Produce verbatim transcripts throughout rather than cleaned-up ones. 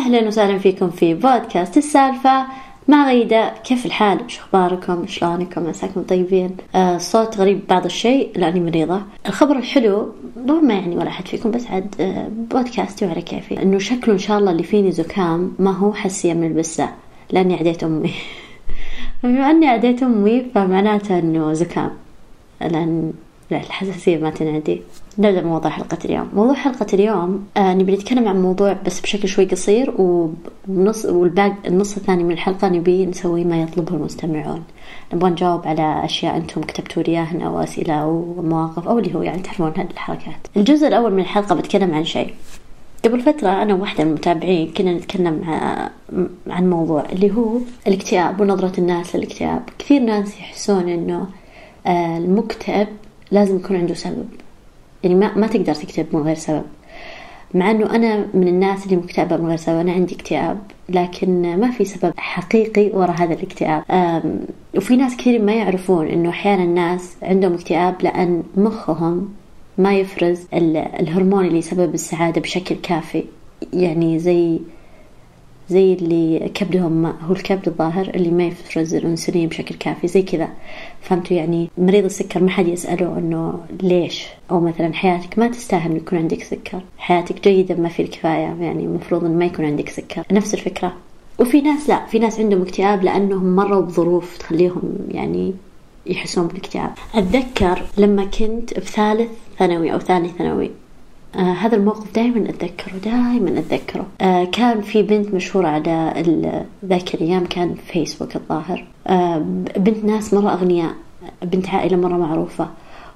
أهلا وسهلا فيكم في بودكاست السالفة مع غيدة. كيف الحال؟ شو أخباركم؟ شلونكم؟ عساكم طيبين؟ آه صوت غريب بعض الشيء لأني مريضة. الخبر الحلو طبعا ما يعني ولا أحد فيكم، بس عاد آه بودكاستي وعلى كيفي، إنه شكله إن شاء الله اللي فيني زكام ما هو حسية من البسة، لأني عديت أمي. بما أني عديت أمي فمعناته إنه زكام، لأن الحساسية ما تنعدي. نبدأ بموضوع حلقة اليوم. موضوع حلقة اليوم آه نبي نتكلم عن موضوع بس بشكل شوي قصير، ونص والباقي النص الثاني من الحلقة نبي نسوي ما يطلبه المستمعون. نبغى نجاوب على أشياء أنتم كتبتوا لي إياها أو أسئلة أو مواقف أو اللي هو يعني تعرفون هذه الحركات. الجزء الأول من الحلقة بتكلم عن شيء. قبل فترة أنا وواحدة من المتابعين كنا نتكلم عن موضوع اللي هو الاكتئاب ونظرة الناس للاكتئاب. كثير ناس يحسون إنه آه المكتئب لازم يكون عنده سبب، يعني ما ما تقدر تكتب من غير سبب، مع انه انا من الناس اللي مكتئبه من غير سبب. انا عندي اكتئاب لكن ما في سبب حقيقي وراء هذا الاكتئاب. وفي ناس كثير ما يعرفون انه احيانا الناس عندهم اكتئاب لان مخهم ما يفرز الهرمون اللي يسبب السعاده بشكل كافي، يعني زي زي اللي كبدهم هو الكبد الظاهر اللي ما يفرز الأنسولين بشكل كافي زي كذا. فهمتوا؟ يعني مريض السكر ما حد يسأله إنه ليش، أو مثلا حياتك ما تستاهل إن يكون عندك سكر، حياتك جيدة ما في الكفاية، يعني المفروض إن ما يكون عندك سكر. نفس الفكرة. وفي ناس لا، في ناس عندهم اكتئاب لأنهم مروا بظروف تخليهم يعني يحسون بالاكتئاب. أتذكر لما كنت بثالث ثانوي أو ثاني ثانوي، آه هذا الموقف دائما أتذكره دائما أتذكره. آه كان في بنت مشهورة على ذاك الأيام، كان فيسبوك الظاهر، آه بنت ناس مرة أغنياء، بنت عائلة مرة معروفة،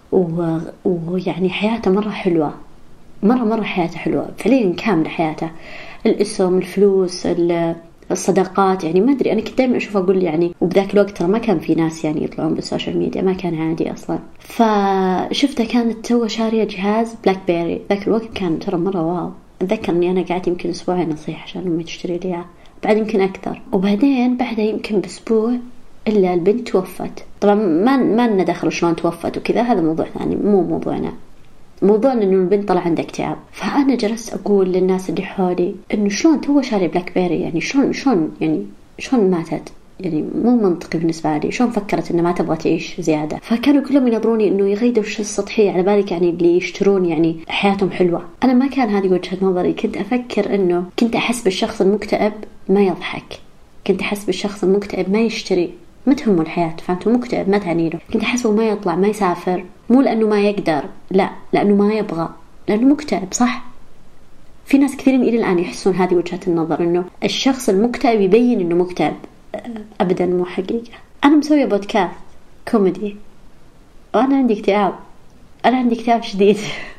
ويعني حياتها مرة حلوة، مرة مرة حياتها حلوة فعليا، كاملة حياتها، الاسم، الفلوس، الصداقات، يعني ما أدري. أنا كنت دائما أشوف أقول يعني، وبذاك الوقت ترى ما كان في ناس يعني يطلعون بالسوشيال ميديا، ما كان عادي أصلا. فشفتها كانت تو شارية جهاز بلاك بيري، ذاك الوقت كان ترى مرة واو. أتذكر أني أنا قاعدة يمكن أسبوعين نصيحة عشان أمي تشتري لي، بعد يمكن أكثر، وبعدين بعدها يمكن بأسبوع إلا البنت توفت. طبعا ما ما لنا دخل شلون توفت وكذا، هذا موضوع ثاني مو موضوعنا. موضوعنا إنه البنت طلع عندها اكتئاب. فأنا جلست أقول للناس اللي حولي إنه شلون تو شاري بلاك بيري، يعني شلون شلون يعني شلون ماتت، يعني مو منطقي بالنسبة لي. شلون فكرت إنه ما تبغى تعيش زيادة؟ فكانوا كلهم ينظروني إنه يغيدوا وش السطحية، على بالك يعني اللي يشترون يعني حياتهم حلوة. أنا ما كان هذه وجهة نظري. كنت أفكر إنه كنت أحس بالشخص المكتئب ما يضحك، كنت أحس بالشخص المكتئب ما يشتري، ما تهمه الحياة. فهمتوا؟ مكتئب ما تعني له. كنت أحسه ما يطلع ما يسافر، مو لأنه ما يقدر، لا، لأنه ما يبغى، لأنه مكتئب. صح؟ في ناس كثيرين إلى الآن يحسون هذه وجهة النظر، إنه الشخص المكتئب يبين إنه مكتئب. أبدا مو حقيقة. أنا مسوية بودكاست كوميدي وأنا عندي اكتئاب، أنا عندي اكتئاب شديد.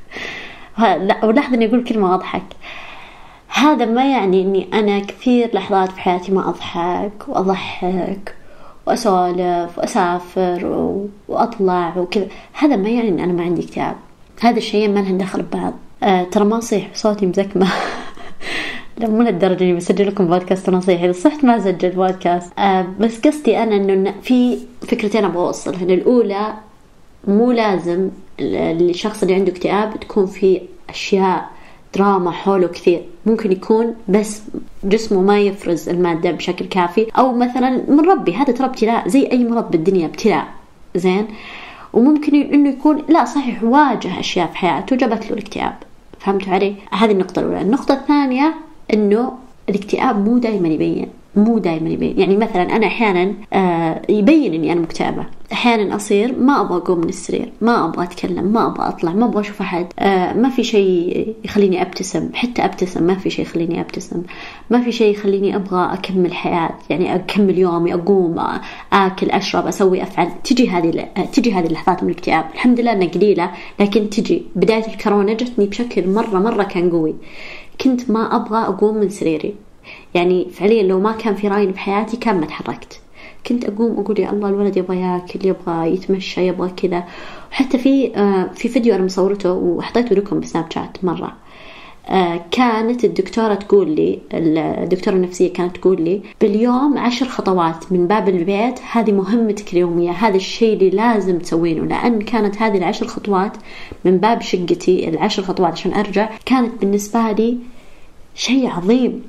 لا، ولاحظ إني أقول كلمة أضحك، هذا ما يعني إني أنا كثير لحظات في حياتي ما أضحك وأضحك وأسولف وأسافر وأطلع وكذا، هذا ما يعني إن أنا ما عندي اكتئاب. هذا الشيء ما لهم دخل ببعض. آه ترى ما صيح صوتي مزكمة. لا مو للدرجة إني بسجل لكم بودكاست نصيحة، إذا صحت ما أسجل بودكاست. آه بس قصدي أنا إنه في فكرتين أبغى أوصلها. الأولى، مو لازم الشخص اللي عنده اكتئاب تكون في أشياء دراما حوله كثير، ممكن يكون بس جسمه ما يفرز المادة بشكل كافي، أو مثلا من ربي، هذا ترى ابتلاء زي أي مرض بالدنيا، ابتلاء زين. وممكن إنه يكون لا صحيح واجه أشياء في حياته جابت له الاكتئاب. فهمتوا علي؟ هذه النقطة الأولى. النقطة الثانية إنه الاكتئاب مو دائما يبين، مو دائما يبين. يعني مثلا أنا أحيانا آه يبين إني أنا مكتئبة، أحيانا أصير ما أبغى أقوم من السرير، ما أبغى أتكلم، ما أبغى أطلع، ما أبغى أشوف أحد، آه ما في شيء يخليني أبتسم، حتى أبتسم ما في شيء يخليني أبتسم، ما في شيء يخليني أبغى أكمل حياة، يعني أكمل يومي، أقوم أكل أشرب أسوي أفعل. تجي هذه تجي هذه اللحظات من الاكتئاب، الحمد لله أنها قليلة لكن تجي. بداية الكورونا جتني بشكل مرة مرة كان قوي، كنت ما أبغى أقوم من سريري، يعني فعليا لو ما كان في راين بحياتي كان ما تحركت. كنت أقوم أقول يا الله الولد يبغى ياكل، يبغى يتمشى، يبغى كذا. وحتى في آه في فيديو أنا مصورته وحطيته لكم بسناب شات مرة، آه كانت الدكتورة تقول لي، الدكتورة النفسية كانت تقول لي باليوم عشر خطوات من باب البيت، هذه مهمتك اليومية، هذا الشيء اللي لازم تسوينه. لأن كانت هذه العشر خطوات من باب شقتي، العشر خطوات عشان أرجع، كانت بالنسبة لي شيء عظيم،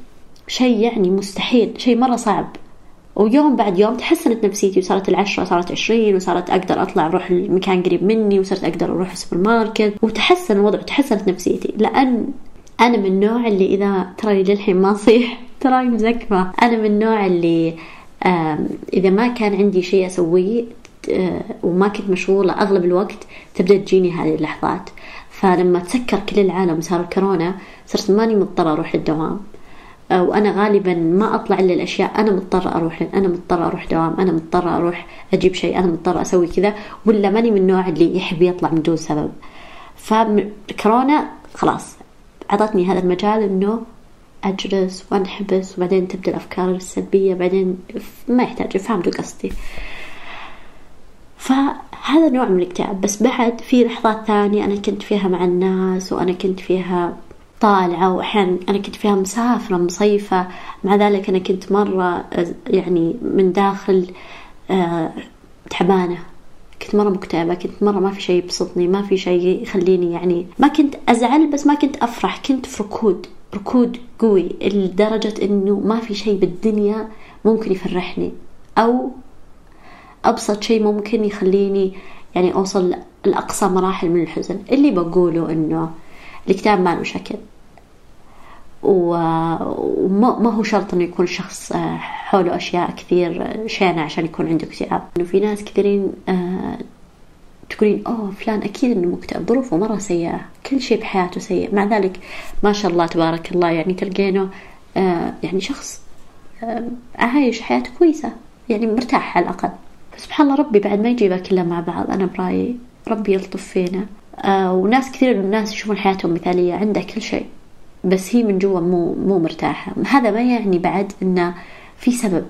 شيء يعني مستحيل، شيء مرة صعب. ويوم بعد يوم تحسنت نفسيتي، وصارت العشرة صارت عشرين، وصارت أقدر أطلع أروح المكان قريب مني، وصرت أقدر أروح السوبر ماركت، وتحسن الوضع وتحسنت نفسيتي. لأن أنا من النوع اللي إذا ترى للحين ما صيح تراي مزكمة، أنا من النوع اللي إذا ما كان عندي شيء أسويه وما كنت مشغولة أغلب الوقت تبدأ تجيني هذه اللحظات. فلما تسكر كل العالم وصار الكورونا صرت ماني مضطرة أروح للدوام، وأنا غالبا ما أطلع إلا الأشياء أنا مضطرة أروح، أنا مضطرة أروح دوام، أنا مضطرة أروح أجيب شيء، أنا مضطرة أسوي كذا، ولا ماني من النوع اللي يحب يطلع من دون سبب. فالكورونا خلاص عطتني هذا المجال إنه أجلس وأنحبس، وبعدين تبدأ الأفكار السلبية، بعدين ما يحتاج فهمتوا قصدي. فهذا نوع من الاكتئاب. بس بعد في لحظات ثانية أنا كنت فيها مع الناس، وأنا كنت فيها طالعة، وأحيانا أنا كنت فيها مسافرة مصيفة، مع ذلك أنا كنت مرة يعني من داخل تعبانة، كنت مرة مكتئبة، كنت مرة ما في شيء يبسطني، ما في شيء يخليني يعني ما كنت أزعل بس ما كنت أفرح، كنت في ركود ركود قوي لدرجة إنه ما في شيء بالدنيا ممكن يفرحني، أو أبسط شيء ممكن يخليني يعني أوصل لأقصى مراحل من الحزن. اللي بقوله إنه الاكتئاب ما له شكل، وما هو شرط إنه يكون شخص حوله أشياء كثير شانة عشان يكون عنده اكتئاب. إنه في ناس كثيرين تقولين أوه فلان أكيد إنه مكتئب، ظروفه مرة سيئة، كل شيء بحياته سيء، مع ذلك ما شاء الله تبارك الله يعني تلقينه يعني شخص عايش حياته كويسة، يعني مرتاح على الأقل. سبحان الله، ربي بعد ما يجيبها كلها مع بعض. أنا برأيي ربي يلطف فينا. آه وناس كثير من الناس يشوفون حياتهم مثالية، عندها كل شيء بس هي من جوا مو مو مرتاحة. هذا ما يعني بعد إنه في سبب،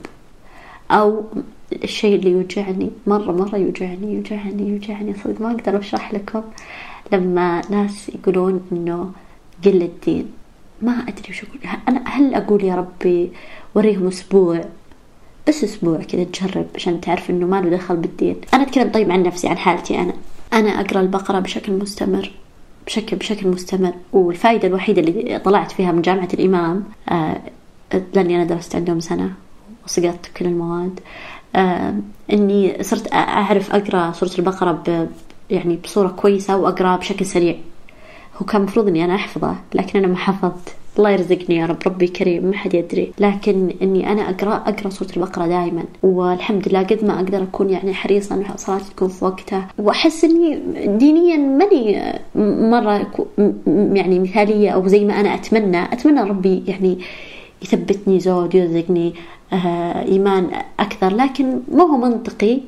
أو الشيء اللي يوجعني مرة مرة يوجعني يوجعني يوجعني صدق ما أقدر أشرح لكم. لما ناس يقولون إنه قلة الدين، ما أدري وش أقول. أنا هل أقول يا ربي وريهم أسبوع، بس أسبوع كذا تجرب عشان تعرف إنه ما له دخل بالدين. أنا أتكلم طيب عن نفسي، عن حالتي أنا أنا أقرأ البقرة بشكل مستمر بشكل بشكل مستمر. والفائدة الوحيدة اللي طلعت فيها من جامعة الإمام، آه لأني أنا درست عندهم سنة وسقطت كل المواد، آه إني صرت أعرف أقرأ سورة البقرة ب يعني بصورة كويسة، وأقرأ بشكل سريع. هو كان مفروض إني أنا أحفظه، لكن أنا ما حفظت. الله يرزقني يا رب، ربي كريم ما حد يدري. لكن إني أنا أقرأ أقرأ سورة البقرة دائما، والحمد لله قد ما أقدر أكون يعني حريصة إن صلاتي تكون في وقتها. وأحس إني دينيا ماني مرة يعني مثالية أو زي ما أنا أتمنى. أتمنى ربي يعني يثبتني زود، يرزقني آه إيمان أكثر، لكن ما هو منطقي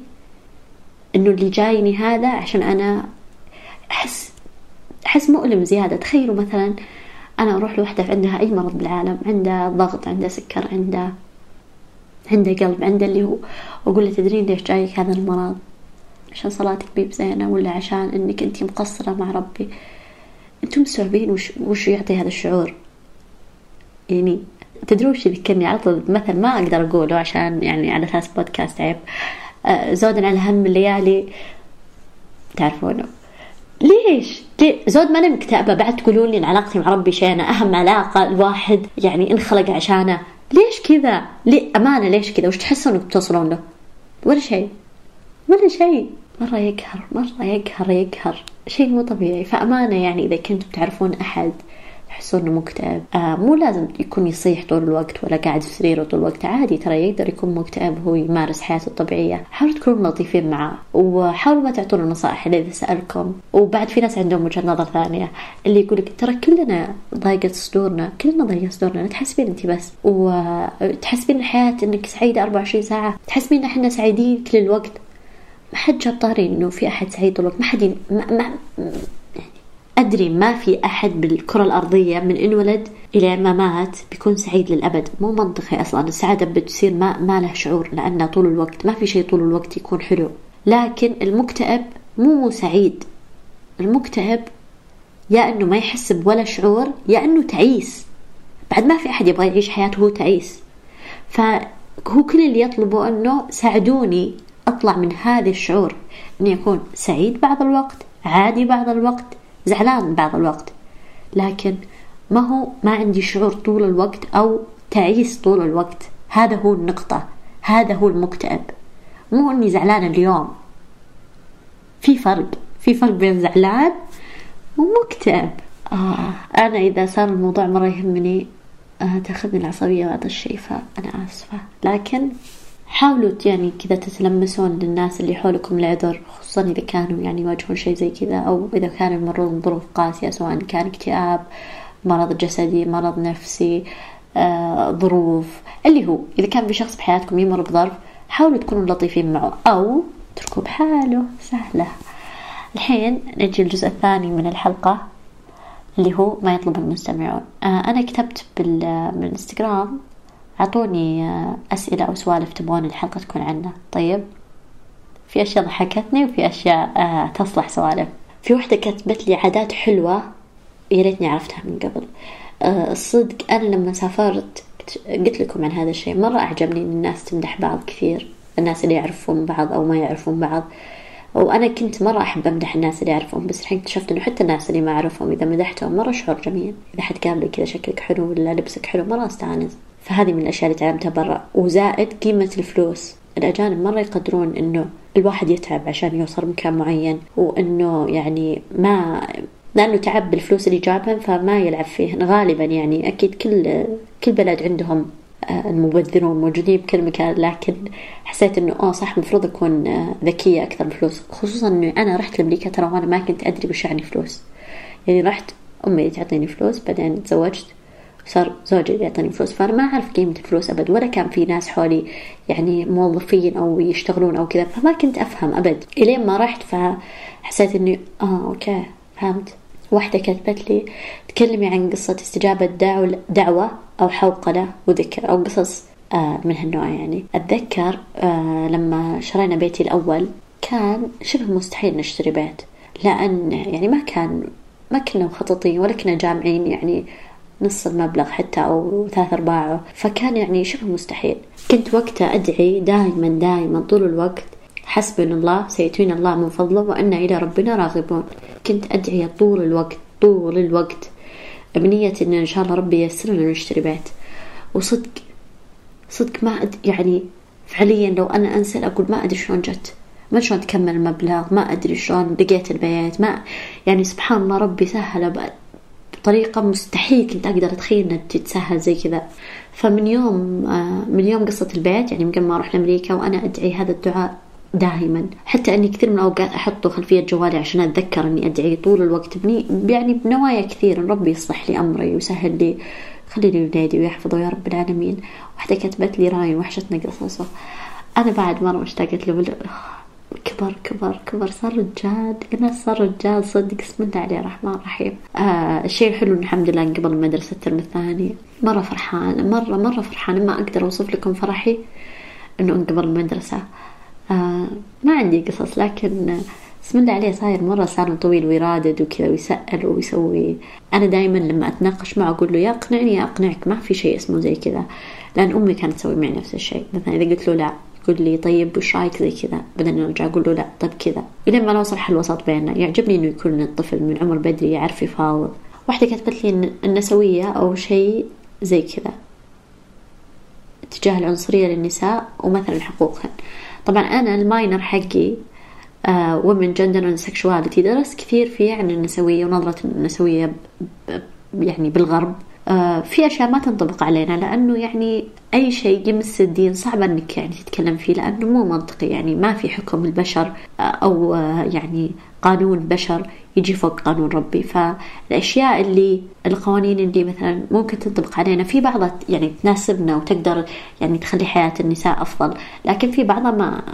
إنه اللي جايني هذا عشان أنا أحس أحس مؤلم زيادة. تخيلوا مثلا أنا أروح لوحدة عندها أي مرض بالعالم، عندها ضغط، عندها سكر، عندها عندها قلب، عندها اللي هو، وأقول له تدرين ليش جايك هذا المرض؟ عشان صلاتك بيب زينة، ولا عشان إنك أنتي مقصرة مع ربي؟ أنتم مستوعبين وش وش يعطي هذا الشعور؟ يعني تدرون وش يذكرني على طول مثل ما أقدر أقوله عشان يعني على أساس بودكاست عيب. آه زود على هم الليالي، تعرفونه ليش؟ ليه زود ما أنا مكتئبة بعد تقولون لي إن علاقتي مع ربي شينة، أهم علاقة الواحد يعني انخلق عشانه؟ ليش كذا؟ ليه أمانة ليش كذا؟ وش تحسون إنكم توصلون له؟ ولا شيء ولا شيء. مرة يقهر مرة يقهر يقهر شيء مو طبيعي. فأمانة يعني إذا كنتم تعرفون أحد تحسون إنه مكتئب، آه مو لازم يكون يصيح طول الوقت ولا قاعد في سريره طول الوقت، عادي ترى يقدر يكون مكتئب وهو يمارس حياته الطبيعية. حاولوا تكونوا لطيفين معه، وحاولوا ما تعطون نصائح إذا سألكم. وبعد في ناس عندهم وجهة نظر ثانية اللي يقولك ترى كلنا ضايقت صدورنا، كلنا ضايقت صدورنا، لا تحسبين أنت بس، وتحسبين الحياة إنك سعيدة أربعة وعشرين ساعة، تحسبين إحنا سعيدين كل الوقت. ما حد جاب طاري إنه في أحد سعيد طول الوقت، ما حد ما, ما أدري ما في أحد بالكرة الأرضية من انولد إلى ما مات بيكون سعيد للأبد. مو منطقي أصلا. السعادة بتصير ما, ما له شعور، لأنه طول الوقت ما في شيء طول الوقت يكون حلو. لكن المكتئب مو مو سعيد. المكتئب يا أنه ما يحس بولا شعور، يا أنه تعيس. بعد ما في أحد يبغى يعيش حياته هو تعيس. فهو كل اللي يطلبه أنه ساعدوني أطلع من هذا الشعور، أني أكون سعيد بعض الوقت، عادي بعض الوقت، زعلان بعض الوقت، لكن ما هو ما عندي شعور طول الوقت أو تعيس طول الوقت. هذا هو النقطة، هذا هو المكتئب. مو إني زعلان اليوم، في فرق في فرق بين زعلان ومكتئب. آه أنا إذا صار الموضوع مرة يهمني آه تاخذني العصبية بعض الشيء، فأنا آسفة، لكن حاولوا يعني كذا تتلمسون للناس اللي حولكم العذر، خصوصا إذا كانوا يعني يواجهون شيء زي كذا، أو إذا كانوا يمرون بظروف قاسية، سواء كان اكتئاب، مرض جسدي، مرض نفسي، آه، ظروف، اللي هو إذا كان في شخص بحياتكم يمر بظرف، حاولوا تكونوا لطيفين معه أو تركوا بحاله، سهلة. الحين نجي الجزء الثاني من الحلقة اللي هو ما يطلب المستمعون. آه أنا كتبت بالإنستغرام أعطوني آه أسئلة أو سوالف تبغون الحلقة تكون عنها. طيب، في أشياء ضحكتني وفي أشياء آه تصلح سوالف. في وحدة كتبت لي عادات حلوة يا ريتني عرفتها من قبل. آه الصدق أنا لما سافرت قلت لكم عن هذا الشيء، مرة أعجبني إن الناس تمدح بعض كثير، الناس اللي يعرفون بعض أو ما يعرفون بعض. وأنا كنت مرة أحب أمدح الناس اللي أعرفهم، بس الحين اكتشفت إنه حتى الناس اللي ما أعرفهم إذا مدحتهم مرة شعور جميل. إذا حد قال لي كذا شكلك حلو ولا لبسك حلو مرة أستانس. فهذه من الأشياء اللي تعلمتها برا. وزائد قيمة الفلوس، الأجانب مرة يقدرون إنه الواحد يتعب عشان يوصل مكان معين، وإنه يعني ما لأنه تعب بالفلوس اللي جابهم فما يلعب فيه غالبا. يعني أكيد كل كل بلد عندهم المبذرون موجودين بكل مكان، لكن حسيت إنه آه صح مفروض أكون ذكية أكثر بفلوس. خصوصا إنه أنا رحت لأمريكا ترى وأنا ما كنت أدري وش يعني فلوس. يعني رحت أمي تعطيني فلوس، بعدين تزوجت صار زوجي يعطيني فلوس، فأنا ما أعرف قيمة الفلوس أبد، ولا كان في ناس حولي يعني موظفين أو يشتغلون أو كذا، فما كنت أفهم أبد إلين ما رحت. فحسيت إني آه أوكي فهمت. واحدة كتبت لي تكلمي عن قصة استجابة دعوة أو حوقلة وذكر أو قصص آه من هالنوع. يعني أتذكر آه لما شرينا بيتي الأول كان شبه مستحيل نشتري بيت، لأن يعني ما كان ما كنا مخططين ولا كنا جامعين يعني نص المبلغ حتى أو ثلاث أرباعه، فكان يعني شبه مستحيل. كنت وقتها أدعي دائما دائما طول الوقت حسبنا الله سيأتينا الله من فضله وأنا إلى ربنا راغبون. كنت أدعي طول الوقت طول الوقت بنية إن إن شاء الله ربي ييسر لنا نشتري بيت. وصدق صدق ما أد يعني فعليا لو أنا أنسى أقول ما أدري شلون جت، ما شلون تكمل المبلغ، ما أدري شلون لقيت البيت، ما يعني سبحان الله ربي سهل بطريقة مستحيل كنت أقدر أتخيل إنها تتسهل زي كذا. فمن يوم من يوم قصة البيت يعني من قبل ما أروح لأمريكا وأنا أدعي هذا الدعاء دائما، حتى أني كثير من الأوقات أحطه خلفية جوالي عشان أتذكر أني أدعي طول الوقت بني يعني بنوايا كثير إن ربي يصلح لي أمري ويسهل لي، خليني ولادي ويحفظه يا رب العالمين. واحدة كتبت لي راين وحشتنا قصصه. أنا بعد مرة اشتاقت له، كبر كبر كبر صار رجال، أنا صار رجال صدق، بسم الله عليه الرحمن الرحيم. آه الشيء الحلو الحمد لله قبل المدرسة الترم الثاني مرة فرحان مرة مرة فرحان. ما أقدر أوصف لكم فرحي إنه قبل المدرسة. آه ما عندي قصص، لكن بسم الله عليه صاير مرة صار طويل ويرادد وكذا ويسأل ويسوي. أنا دائما لما أتناقش معه أقول له يا أقنعني يا أقنعك، ما في شيء اسمه زي كذا، لأن أمي كانت تسوي معي نفس الشيء. مثلا إذا قلت له لا يقول لي طيب وش رايك زي كذا، بدنا نرجع أقول له لا طيب كذا، إلى ما نوصل حل وسط بيننا. يعجبني إنه يكون الطفل من عمر بدري يعرف يفاوض. واحدة كتبت لي النسوية أو شيء زي كذا تجاه العنصرية للنساء ومثلا حقوقهن. طبعا أنا الماينر حقي آه women gender and sexuality درس كثير فيه عن النسوية ونظرة النسوية يعني بالغرب. آه في أشياء ما تنطبق علينا، لأنه يعني أي شيء يمس الدين صعب أنك يعني تتكلم فيه، لأنه مو منطقي. يعني ما في حكم البشر آه أو آه يعني قانون بشر يجي فوق قانون ربي. فالأشياء اللي القوانين اللي مثلا ممكن تنطبق علينا في بعضها يعني تناسبنا وتقدر يعني تخلي حياة النساء أفضل، لكن في بعضها ما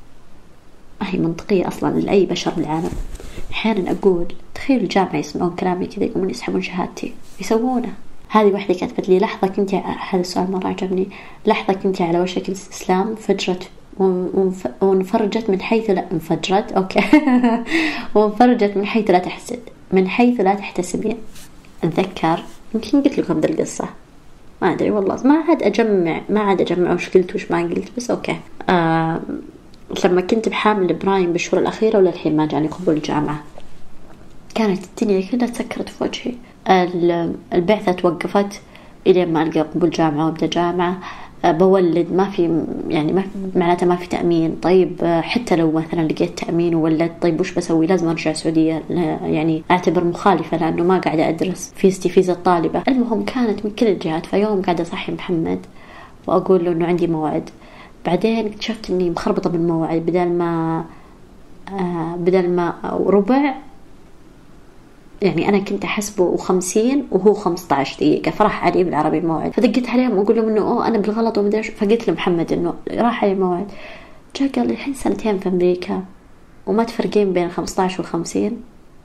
هي منطقية أصلا لأي بشر بالعالم. أحيانا أقول تخيل الجامعة يسمعون كلامي كذا يقومون يسحبون شهادتي، يسوونه. هذه واحدة كتبت لي لحظة كنت، هذا السؤال مرة عجبني، لحظة كنت على وشك الاستسلام فجرت وانفرجت من حيث لا انفجرت أوكي وانفرجت من حيث لا تحسد من حيث لا تحتسبين. أتذكر يمكن قلت لكم ذا القصة، ما أدري والله، ما عاد أجمع ما عاد أجمع وش قلت وش ما قلت، بس أوكي. آه لما كنت بحامل براين بالشهور الأخيرة ولا الحين ما جاني قبول الجامعة، كانت الدنيا كلها تسكرت في وجهي. البعثة توقفت إلى ما ألقى قبول جامعة وأبدأ جامعة. بولد ما في يعني ما معناته ما في تأمين. طيب حتى لو مثلا لقيت تأمين وولدت، طيب وش بسوي؟ لازم أرجع السعودية، يعني أعتبر مخالفة لأنه ما قاعدة أدرس فيزتي فيزا الطالبة. المهم كانت من كل الجهات. فيوم قاعدة أصحي محمد وأقول له إنه عندي موعد، بعدين اكتشفت إني مخربطة بالموعد، بدل ما آه بدل ما ربع يعني أنا كنت أحسبه وخمسين وهو خمسة عشر دقيقة، فرح علي بالعربي الموعد. فدقيت عليهم وأقول لهم إنه أوه أنا بالغلط ومدري إيش. فقلت لمحمد إنه راح علي الموعد. جاء قال لي الحين سنتين في أمريكا وما تفرقين بين خمسة عشر والخمسين.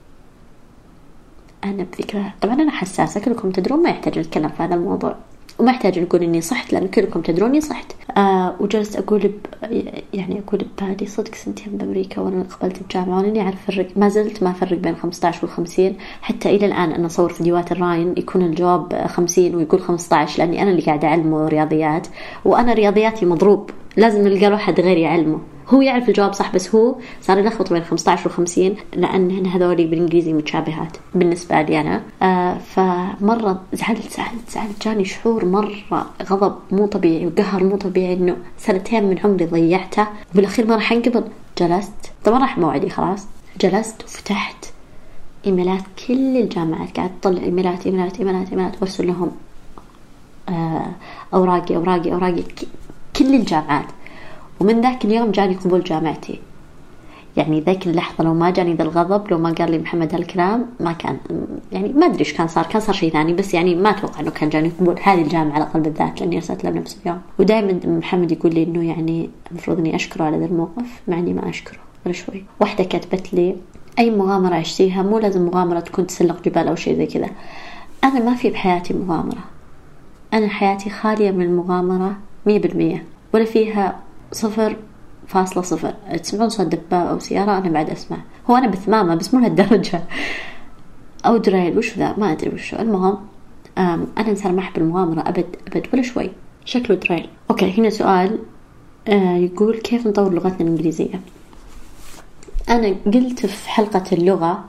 أنا بفكرة طبعا أنا حساسة، كلكم تدرون، ما يحتاج نتكلم في هذا الموضوع وما يحتاج نقول إني صحت لأن كلكم تدروني صحت. آه وجلست أقول ب... يعني أقول ببالي صدق سنتين بأمريكا وأنا قبلت الجامعة وأني أعرف أفرق، ما زلت ما أفرق بين خمسة عشر والخمسين. حتى إلى الآن أنا أصور فيديوهات الراين يكون الجواب خمسين ويقول خمسة عشر، لأني أنا اللي قاعدة أعلمه رياضيات، وأنا رياضياتي مضروب، لازم نلقى واحد غير يعلمه. هو يعرف الجواب صح بس هو صار يلخبط بين خمسة عشر وخمسين لأن هذولي بالإنجليزي متشابهات بالنسبة لي أنا. آه فمرة زعلت زعلت زعلت جاني شعور مرة غضب مو طبيعي وقهر مو طبيعي إنه سنتين من عمري ضيعتها وبالأخير ما راح أنقبض. جلست طبعا راح موعدي خلاص، جلست وفتحت إيميلات كل الجامعات، قاعد أطلع إيميلات إيميلات إيميلات إيميلات وأرسل لهم آه أوراقي أوراقي أوراقي كل الجامعات. ومن ذاك اليوم جاني قبول جامعتي. يعني ذاك اللحظة لو ما جاني ذا الغضب، لو ما قال لي محمد هالكلام، ما كان يعني ما أدري إيش كان صار، كان صار شيء ثاني، بس يعني ما أتوقع إنه كان جاني قبول هذه الجامعة على الأقل بالذات، لأني أرسلت له بنفس اليوم. ودائما محمد يقول لي إنه يعني المفروض إني أشكره على ذا الموقف، مع إني ما أشكره ولا شوي. واحدة كتبت لي أي مغامرة عشتيها مو لازم مغامرة تكون تسلق جبال أو شيء زي كذا. أنا ما في بحياتي مغامرة، أنا حياتي خالية من المغامرة مية بالمية، ولا فيها صفر فاصلة صفر. تسمعون صوت دبابة أو سيارة أنا بعد أسمع، هو أنا بثمامة بس مو لهالدرجة، أو دريل وش ذا ما أدري وش. المهم أنا إنسان ما أحب المغامرة أبد أبد ولا شوي. شكله دريل. أوكي هنا سؤال آه يقول كيف نطور لغتنا الإنجليزية. أنا قلت في حلقة اللغة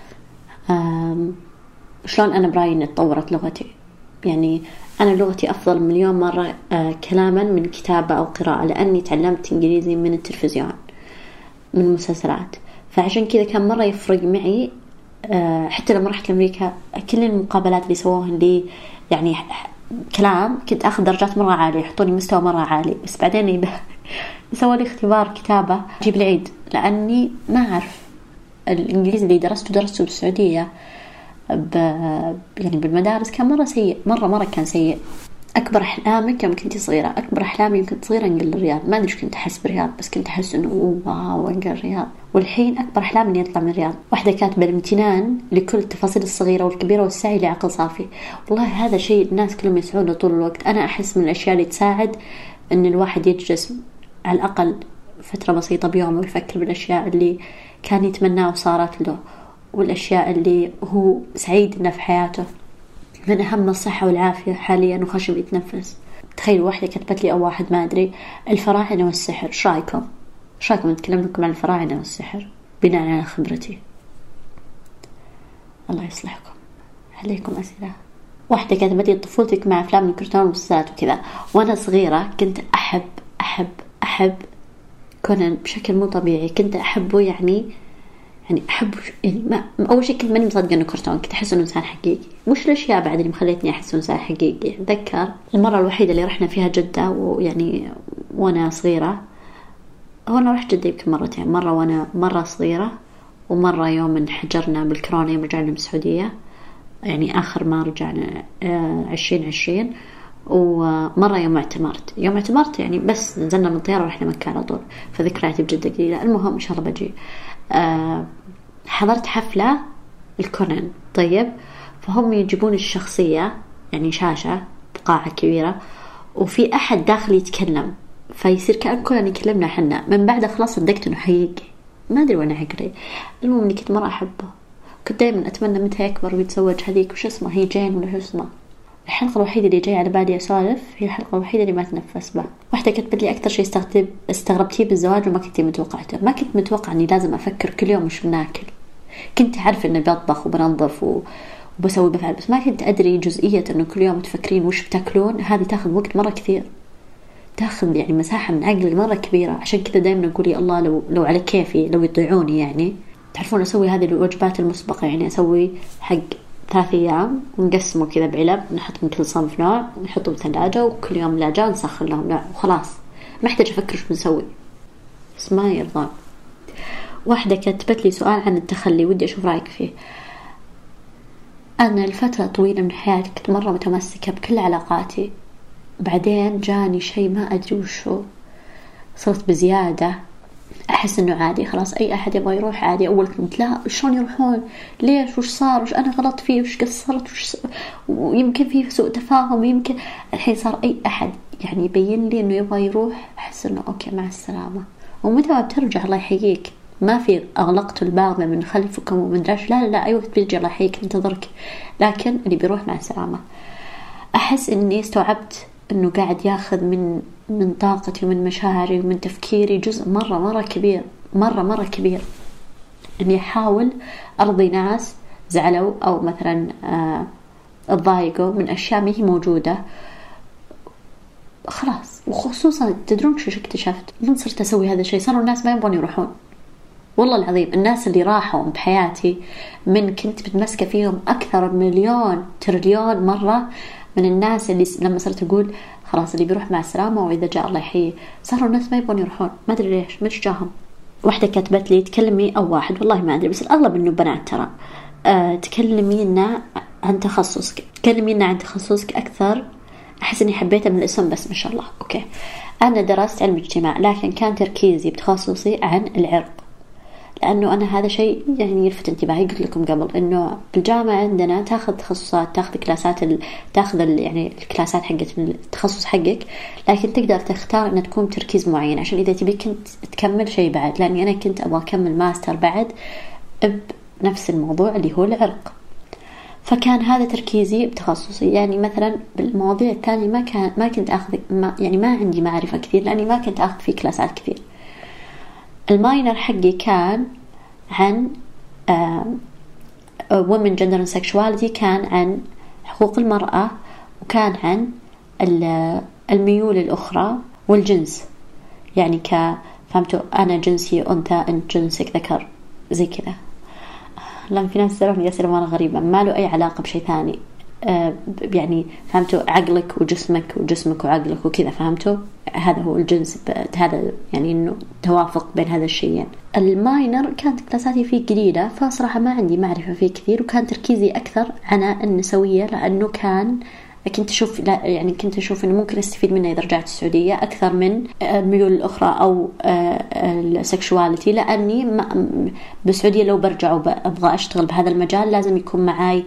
شلون أنا برايي إن تطورت لغتي. يعني أنا لغتي أفضل مليون مرة آه كلاما من كتابة أو قراءة، لأني تعلمت إنجليزي من التلفزيون من المسلسلات. فعشان كذا كان مرة يفرق معي آه حتى لما رحت لأمريكا كل المقابلات اللي سووهن لي يعني كلام كنت أخذ درجات مرة عالية، يحطوني مستوى مرة عالي. بس بعدين يسووا لي اختبار كتابة جيب العيد، لأني ما أعرف الإنجليزي اللي درسته درسته بالسعودية ب... يعني بالمدارس كان مرة سيء، مرة مرة كان سيء. أكبر أحلامك يوم كنت صغيرة، أكبر أحلامي يوم كنت صغيرة أنقل الرياض. ما أدري كنت أحس بالرياض بس كنت أحس إنه واو أنقل الرياض. والحين أكبر أحلامي إني أطلع من الرياض. واحدة كاتبة الامتنان لكل التفاصيل الصغيرة والكبيرة والسعي لعقل صافي. والله هذا شيء الناس كلهم يسعون له طول الوقت. أنا أحس من الأشياء اللي تساعد إن الواحد يجلس على الأقل فترة بسيطة بيوم ويفكر بالأشياء اللي كان يتمناها وصارت له، والأشياء اللي هو سعيد إنها في حياته. من أهم الصحة والعافية حاليا وخشم يتنفس. تخيل واحدة كتبت لي أو واحد ما أدري الفراعنة والسحر، إيش رأيكم؟ إيش رأيكم نتكلم لكم عن الفراعنة والسحر بناء على خبرتي؟ الله يصلحكم. عليكم أسئلة. واحدة كتبت لي طفولتك مع أفلام الكرتون والمسلسلات وكذا. وأنا صغيرة كنت أحب أحب أحب كونان بشكل مو طبيعي. كنت أحبه يعني يعني أحب يعني ما أول شيء كنت ماني مصدقة إنه كرتون، كنت أحس إنه إنسان حقيقي. وش الأشياء بعد اللي مخلتني أحس إنه إنسان حقيقي؟ أتذكر المرة الوحيدة اللي رحنا فيها جدة ويعني وأنا صغيرة، هو أنا رحت جدة يمكن مرتين، مرة وأنا مرة صغيرة ومرة يوم انحجرنا بالكورونا يوم رجعنا من السعودية، يعني آخر ما رجعنا عشرين عشرين. ومرة يوم اعتمرت يوم اعتمرت يعني بس نزلنا من الطيارة ورحنا مكة على طول، فذكرياتي بجدة قليلة. المهم إن شاء الله بجي. أه حضرت حفلة الكونان. طيب فهم يجيبون الشخصية يعني شاشة بقاعة كبيرة وفي أحد داخل يتكلم، فيصير كأن كونان يكلمنا حنا. من بعد خلاص صدقت إنه حقيقي، ما أدري وأنا عقلي. المهم إني كنت مرة أحبه، كنت دايما أتمنى متى يكبر ويتزوج هذيك وش اسمه، هي جين ولا شو اسمه. الحلقة الوحيدة اللي جاي على بالي أسولف هي الحلقة الوحيدة اللي ما تنفس بها. واحدة كتبت لي أكثر شيء استغرب استغربتيه بالزواج وما كنت متوقعته. ما كنت متوقع إني لازم أفكر كل يوم وش بناكل. كنت عارفة إني بطبخ وبنظف و... وبسوي بفعل، بس ما كنت أدري جزئية إنه كل يوم تفكرين وش بتاكلون، هذه تاخذ وقت مرة كثير، تاخذ يعني مساحة من عقلي مرة كبيرة. عشان كذا دايما أقول يا الله لو لو على كيفي لو يطيعوني، يعني تعرفون أسوي هذه الوجبات المسبقة، يعني أسوي حق ثلاث أيام ونقسمه كذا بعلب، نحط من كل صنف نوع، نحطه بالثلاجة وكل يوم لا جاء نسخن لهم نوع وخلاص، ما أحتاج أفكر شو بنسوي. بس ما يرضى. واحدة كتبت لي سؤال عن التخلي، ودي أشوف رأيك فيه. أنا لفترة طويلة من حياتي كنت مرة متمسكة بكل علاقاتي، بعدين جاني شيء ما أدري وشو، صرت بزيادة أحس إنه عادي، خلاص أي أحد يبغى يروح عادي. أول كنت لا شلون يروحون، ليش، وش صار، وش أنا غلط فيه، وش قصرت، وش س... ويمكن فيه سوء تفاهم، يمكن الحين صار أي أحد يعني يبين لي إنه يبغى يروح أحس إنه أوكي مع السلامة، ومتى ما بترجع الله يحييك، ما في أغلقت الباب من خلفكم ومدرش، لا لا أي وقت بيجي الله يحييك انتظرك، لكن اللي بيروح مع السلامة. أحس إني استوعبت إنه قاعد ياخذ من من طاقتي ومن مشاعري ومن تفكيري جزء مرة مرة كبير، مرة مرة كبير. إني أحاول أرضي ناس زعلوا أو مثلا آه اتضايقوا من أشياء ما هي موجودة، خلاص. وخصوصا تدرون شو اكتشفت من صرت أسوي هذا الشيء، صاروا الناس ما يبغون يروحون. والله العظيم الناس اللي راحوا بحياتي من كنت متمسكة فيهم أكثر مليون تريليون مرة من الناس اللي لما صرت أقول خلاص اللي بيروح مع السلامة وإذا جاء الله يحييه، صاروا الناس ما يبغون يروحون، ما أدري ليش، مش جاهم. واحدة كتبت لي تكلمي أو واحد والله ما أدري، بس الأغلب إنه بنات ترى، أه تكلمينا عن تخصصك، تكلمينا عن تخصصك أكثر. أحس إني حبيته من الاسم بس ما شاء الله. أوكي، أنا درست علم اجتماع لكن كان تركيزي بتخصصي عن العرق، لأنه أنا هذا شيء يعني يلفت انتباهي. قلت لكم قبل إنه بالجامعة عندنا تاخذ تخصصات، تاخذ كلاسات ال... تاخذ ال... يعني الكلاسات حقت التخصص حقك، لكن تقدر تختار إن تكون تركيز معين عشان إذا تبي كنت تكمل شيء بعد، لأني أنا كنت أبغى أكمل ماستر بعد بنفس الموضوع اللي هو العرق، فكان هذا تركيزي بتخصصي. يعني مثلا بالمواضيع الثانية ما كان ما كنت أخذ ما يعني ما عندي معرفة كثير لأني ما كنت أخذ فيه كلاسات كثير. الماينر حقي كان عن uh, women gender and sexuality، كان عن حقوق المرأة، وكان عن الميول الأخرى والجنس، يعني ك فهمتوا أنا جنسي أنثى أنت جنسك ذكر زي كذا. لما في ناس سألوني أسئلة مرة غريبة ما له أي علاقة بشيء ثاني، آه يعني فهمتوا عقلك وجسمك وجسمك وعقلك وكذا، فهمتوا هذا هو الجنس، هذا يعني إنه توافق بين هذا الشيئين. الماينر كانت كلاساتي فيه قليلة، فصراحة ما عندي معرفة فيه كثير، وكان تركيزي أكثر على النسوية لأنه كان كنت أشوف لا يعني كنت أشوف إنه ممكن أستفيد منه إذا رجعت السعودية أكثر من الميول الأخرى أو السكشواليتي، لأني بالسعودية لو برجع وأبغى أشتغل بهذا المجال لازم يكون معي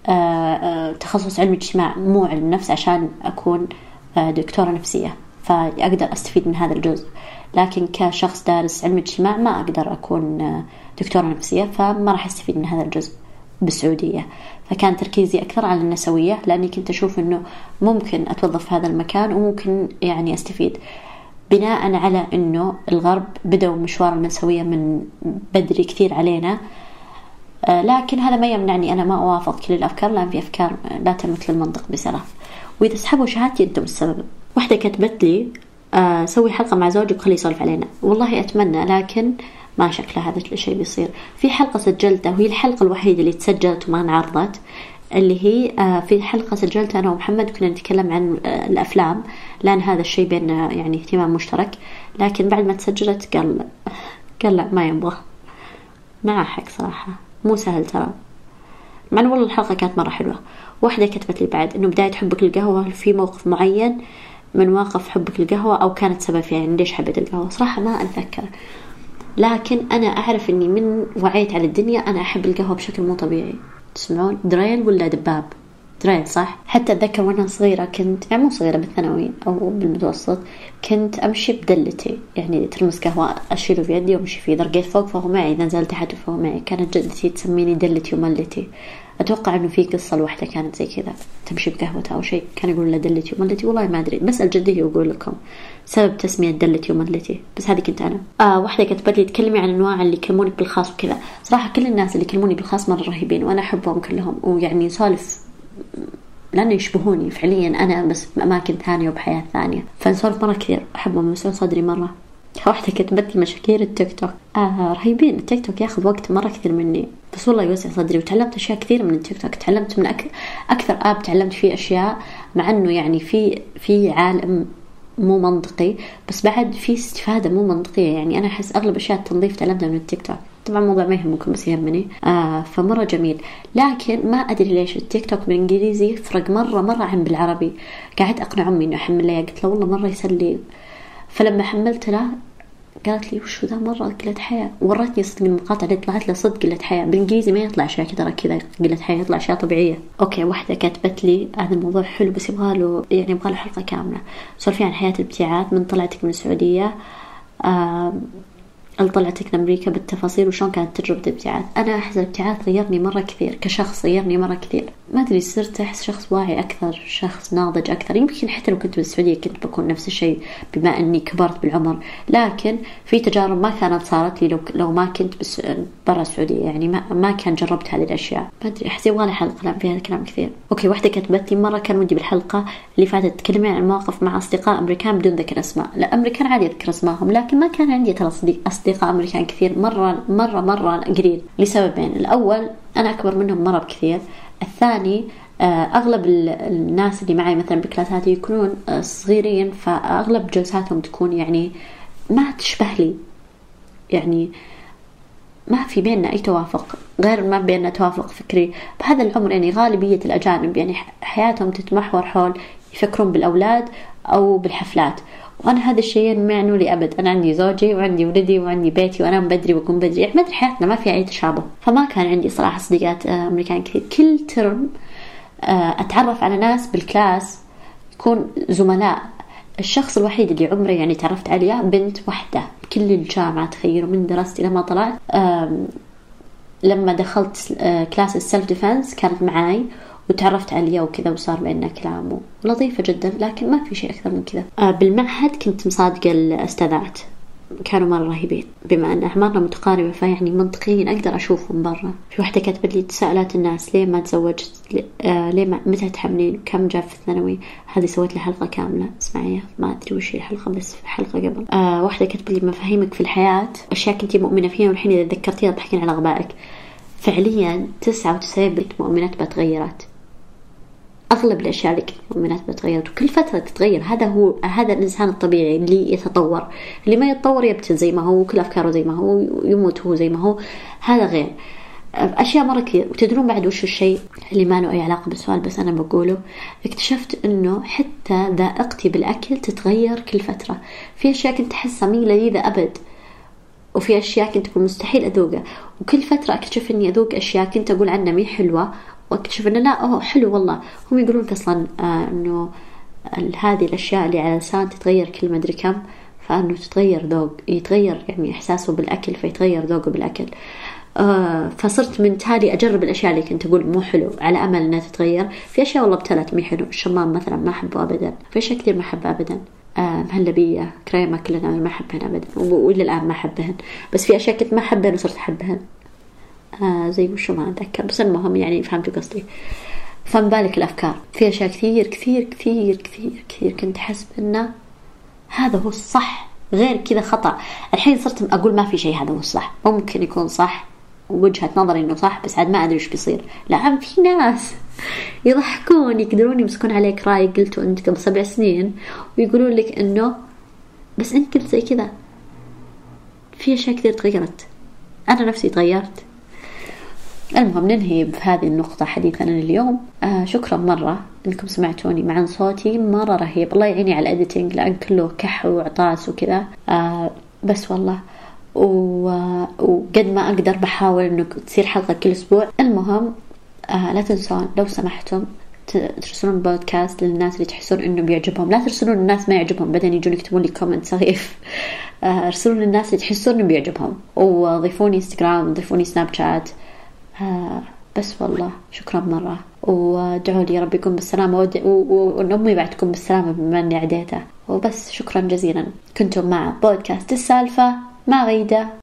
تخصص علم اجتماع مو علم نفس عشان أكون دكتورة نفسية، فأقدر أستفيد من هذا الجزء. لكن كشخص دارس علم اجتماع ما أقدر أكون دكتورة نفسية، فما راح أستفيد من هذا الجزء بالسعودية. فكان تركيزي أكثر على النسوية لأني كنت أشوف أنه ممكن أتوظف في هذا المكان وممكن يعني أستفيد، بناء على أنه الغرب بدأوا مشوار النسوية من بدري كثير علينا. آه لكن هذا ما يمنعني أنا ما أوافق كل الأفكار، لأن في أفكار لا تمت للمنطق بصراحة، وإذا سحبوا شهادتي أنتم السبب. واحدة كتبت لي آه سوي حلقة مع زوجك وخليه يسولف علينا. والله أتمنى، لكن ما شكله هذا الشيء بيصير. في حلقة سجلتها وهي الحلقة الوحيدة اللي تسجلت وما انعرضت، اللي هي آه في حلقة سجلتها أنا ومحمد كنا نتكلم عن آه الأفلام، لأن هذا الشيء بيننا يعني اهتمام مشترك، لكن بعد ما تسجلت قال قال لا ما يبغى. مع حق صراحة مو سهل ترى، مع والله الحلقة كانت مرة حلوة. واحدة كتبت لي بعد إنه بداية حبك للقهوة في موقف معين من مواقف حبك للقهوة أو كانت سبب فيها يعني ليش حبيت القهوة؟ صراحة ما أتذكر، لكن أنا أعرف إني من وعيت على الدنيا أنا أحب القهوة بشكل مو طبيعي. تسمعون دريل ولا دباب؟ دريل صح. حتى أتذكر وأنا صغيرة كنت يعني مو صغيرة بالثانوي أو بالمتوسط كنت أمشي بدلتي، يعني ترمس قهوة أشيله في يدي وأمشي فيه، إذا رقيت فوق فهو معي، إذا نزلت تحت فهو معي. كانت جدتي تسميني دلتي وملتي. أتوقع إنه في قصة لوحدة كانت زي كذا، تمشي بقهوتها أو شيء، كان يقول لها دلتي وملتي، والله ما أدري، بسأل جدتي وأقول لكم سبب تسمية دلتي وملتي، بس هذه كنت أنا. آه واحدة كتبت لي تكلمي عن أنواع اللي يكلمونك بالخاص وكذا. صراحة كل الناس اللي يكلموني بالخاص مرة رهيبين وأنا أحبهم كلهم، ويعني نسولف لأنه يشبهوني فعليا أنا، بس بأماكن ثانية وبحياة ثانية، فنسولف مرة كثير، أحبهم مسؤول صدري مرة. واحدة كتبت لي مشاكير التيك توك. آه رهيبين، التيك توك ياخذ وقت مرة كثير مني، بس والله يوسع صدري، وتعلمت أشياء كثير من التيك توك. تعلمت من أك... أكثر آب تعلمت فيه أشياء، مع أنه يعني في في عالم مو منطقي، بس بعد في استفادة مو منطقية. يعني أنا أحس أغلب أشياء التنظيف تعلمتها من التيك توك. طبعا موضوع ما يهمكم بس يهمني. آه فمرة جميل، لكن ما أدري ليش التيك توك بالإنجليزي فرق مرة مرة عن بالعربي. قاعد أقنع أمي إنه أحمل لها، قلت له والله مرة يسلي، فلما حملت له قالت لي وشو ذا مرة قلة حياة، ورتني صدق المقاطع اللي طلعت له صدق قلة حياة. بالإنجليزي ما يطلع أشياء كذا كذا قلة حياة، يطلع أشياء طبيعية. أوكي واحدة كاتبت لي هذا الموضوع حلو بس يبغى له يعني يبغى له حلقة كاملة، سولفي عن حياة الابتعاث من طلعتك من السعودية آه طلعتك لأمريكا بالتفاصيل، وشون كانت تجربة الابتعاث. أنا أحس الابتعاث غيرني مرة كثير كشخص، غيرني مرة كثير، ما أدري صرت أحس شخص واعي أكثر، شخص ناضج أكثر. يمكن حتى لو كنت بالسعودية كنت بكون نفس الشيء بما أني كبرت بالعمر، لكن في تجارب ما كانت صارت لي لو لو ما كنت بس برا السعودية، يعني ما ما كان جربت هذه الأشياء. ما أدري أحس يبغى لي حلقة كلام فيها كلام كثير. أوكي واحدة كتبت لي مرة كان ودي بالحلقة اللي فاتت تكلمي عن مواقف مع أصدقاء أمريكان بدون ذكر أسماء. لا أمريكان عادي أذكر أسمائهم، لكن ما كان عندي ترى أصدقاء أمريكان كثير، مرة مرة مرة قليل لسببين. الأول أنا أكبر منهم مرة بكثير، الثاني أغلب الناس اللي معي مثلا بكلاساتي يكونون صغيرين، فأغلب جلساتهم تكون يعني ما تشبه لي، يعني ما في بيننا أي توافق، غير ما بيننا توافق فكري بهذا العمر. يعني غالبية الأجانب يعني حياتهم تتمحور حول يفكرون بالأولاد أو بالحفلات، وأنا هذا الشيء ما يعنوا لي أبد. أنا عندي زوجي وعندي ولدي وعندي بيتي وأنام بدري وأقوم بدري، يعني ما أدري حياتنا ما فيها أي تشابه. فما كان عندي صراحة صديقات أمريكان كثير. كل ترم أتعرف على ناس بالكلاس يكون زملاء. الشخص الوحيد اللي عمري يعني تعرفت عليه بنت واحدة بكل الجامعة، تخيلوا من دراستي لما طلعت. لما دخلت كلاس السلف ديفنس كانت معاي وتعرفت عليها وكذا، وصار بيننا كلام لطيفة جدا، لكن ما في شيء أكثر من كذا. بالمعهد كنت مصادقة الأستاذات، كانوا مرة رهيبين، بما أن أعمارنا متقاربة فيعني منطقيين أقدر أشوفهم برا. في واحدة كاتبت لي تساءلات الناس ليه ما تزوجت، ليه ما متى تحملين، كم جاب في الثانوي. هذه سويت لي حلقة كاملة اسمعيها، ما أدري وش هي الحلقة بس في حلقة قبل. آه واحدة كاتبت لي مفاهيمك في الحياة أشياء كنتي مؤمنة فيها والحين إذا تذكرتيها تضحكين على غبائك. فعليا تسعة وتسعين بالمئة مؤمنات بتغيرات، أغلب الأشياء اللي كنت مؤمنات بتغيرت، وكل فترة تتغير. هذا هو هذا الإنسان الطبيعي اللي يتطور، اللي ما يتطور يبتل زي ما هو، وكل أفكاره زي ما هو، يموت هو زي ما هو. هذا غير أشياء مرة كثير. وتدرون بعد وش الشيء اللي ما له أي علاقة بالسؤال بس أنا بقوله؟ اكتشفت إنه حتى ذائقتي بالأكل تتغير كل فترة. في أشياء كنت أحسها مي لذيذة أبد، وفي أشياء كنت أقول مستحيل أذوقها، وكل فترة أكتشف إني أذوق أشياء كنت أقول عنها مي حلوة، واكتشف انه لا اوه حلو والله. هم يقولون اصلا آه انه هذه الاشياء اللي على لسان تتغير كل ما ادري كم، فانه تتغير ذوق، يتغير يعني احساسه بالاكل فيتغير ذوقه بالاكل. آه فصرت من تالي اجرب الاشياء اللي كنت اقول مو حلو على امل انها تتغير. في اشياء والله ابتلت مي حلو، الشمام مثلا ما احبه ابدا، في اشياء كثير ما احبها ابدا. آه مهلبية كريمة كلنا ما احبهن ابدا، والى الان ما احبهن، بس في اشياء كنت ما احبهن وصرت احبهن. آه زي وشو ما أتذكر، بس المهم يعني فهمتوا قصدي. فما بالك الأفكار، في أشياء كثير كثير كثير كثير كثير كنت حسب إنه هذا هو الصح، غير كذا خطأ. الحين صرت أقول ما في شيء هذا هو الصح، ممكن يكون صح وجهة نظري إنه صح، بس عاد ما أدري إيش بيصير. لا في ناس يضحكون يقدرون يمسكون عليك رأي قلته أنت قبل سبع سنين ويقولون لك إنه بس أنت قلت زي كذا. في أشياء كثير تغيرت، أنا نفسي تغيرت. المهم ننهي بهذه النقطة حديثنا اليوم. آه شكرا مرة انكم سمعتوني، مع صوتي مرة رهيب، الله يعيني على الاديتنج لان كله كح وعطاس وكذا. آه بس والله وقد ما اقدر بحاول انه تصير حلقة كل اسبوع. المهم آه لا تنسون لو سمحتم ترسلون بودكاست للناس اللي تحسون انه بيعجبهم، لا ترسلون الناس ما يعجبهم بعدين يجون يكتبون لي كومنت سخيف. آه ارسلون للناس اللي تحسون انه بيعجبهم، وضيفوني انستغرام، ضيفوني سناب شات. آه بس والله شكرا مرة، ودعوا لي ربي يكون بالسلامة، وأن أمي بعد تكون بالسلامة بما أني عديتها. وبس شكرا جزيلا. كنتم مع بودكاست السالفة مع غيدة.